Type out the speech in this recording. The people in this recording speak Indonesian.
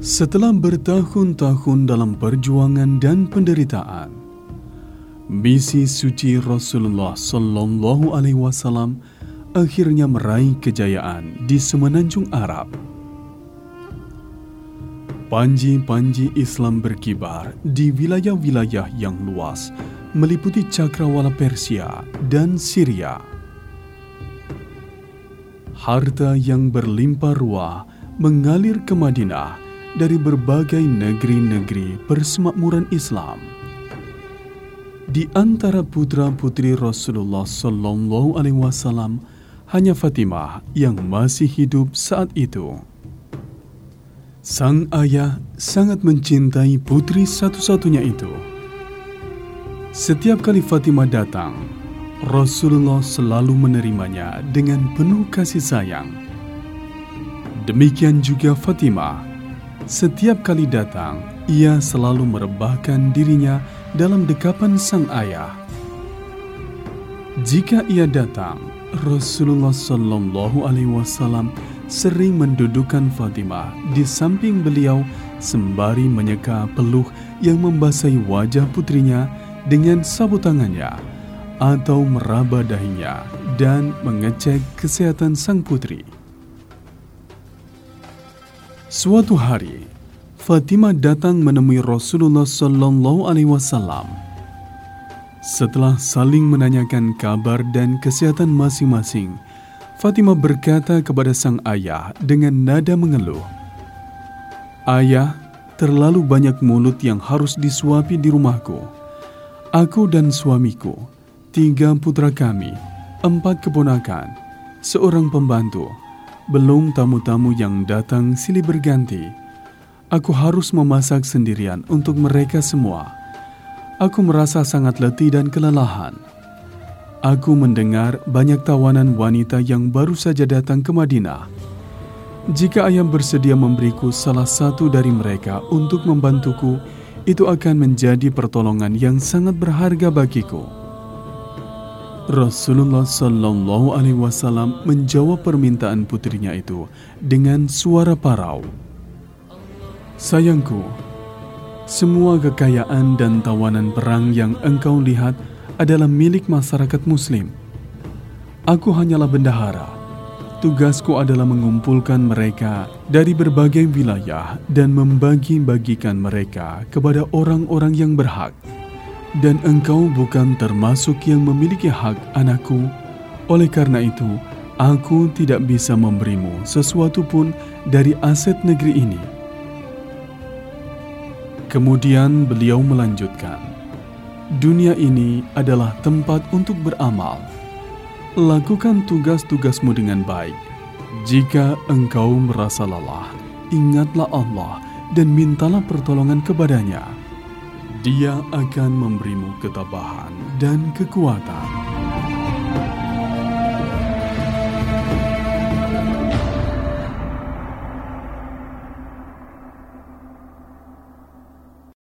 Setelah bertahun-tahun dalam perjuangan dan penderitaan, misi suci Rasulullah Sallallahu Alaihi Wasallam akhirnya meraih kejayaan di semenanjung Arab. Panji-panji Islam berkibar di wilayah-wilayah yang luas, meliputi cakrawala Persia dan Syria. Harta yang berlimpah ruah mengalir ke Madinah dari berbagai negeri-negeri persemakmuran Islam. Di antara putra-putri Rasulullah Sallallahu Alaihi Wasallam, hanya Fatimah yang masih hidup saat itu. Sang ayah sangat mencintai putri satu-satunya itu. Setiap kali Fatimah datang, Rasulullah selalu menerimanya dengan penuh kasih sayang. Demikian juga Fatimah. Setiap kali datang, ia selalu merebahkan dirinya dalam dekapan sang ayah. Jika ia datang, Rasulullah Sallallahu Alaihi Wasallam sering mendudukkan Fatimah di samping beliau sembari menyeka peluh yang membasahi wajah putrinya dengan sapu tangannya atau meraba dahinya dan mengecek kesehatan sang putri. Suatu hari, Fatimah datang menemui Rasulullah Sallallahu Alaihi Wasallam. Setelah saling menanyakan kabar dan kesehatan masing-masing, Fatimah berkata kepada sang ayah dengan nada mengeluh, "Ayah, terlalu banyak mulut yang harus disuapi di rumahku. Aku dan suamiku, 3 putra kami, 4 keponakan, seorang pembantu, belum tamu-tamu yang datang silih berganti. Aku harus memasak sendirian untuk mereka semua. Aku merasa sangat letih dan kelelahan. Aku mendengar banyak tawanan wanita yang baru saja datang ke Madinah. Jika ayah bersedia memberiku salah satu dari mereka untuk membantuku, itu akan menjadi pertolongan yang sangat berharga bagiku." Rasulullah Sallallahu Alaihi Wasallam menjawab permintaan putrinya itu dengan suara parau. "Sayangku, semua kekayaan dan tawanan perang yang engkau lihat adalah milik masyarakat muslim. Aku hanyalah bendahara. Tugasku adalah mengumpulkan mereka dari berbagai wilayah dan membagi-bagikan mereka kepada orang-orang yang berhak. Dan engkau bukan termasuk yang memiliki hak, anakku. Oleh karena itu, aku tidak bisa memberimu sesuatu pun dari aset negeri ini." Kemudian beliau melanjutkan, "Dunia ini adalah tempat untuk beramal. Lakukan tugas-tugasmu dengan baik. Jika engkau merasa lelah, ingatlah Allah dan mintalah pertolongan kepadanya. Dia akan memberimu ketabahan dan kekuatan."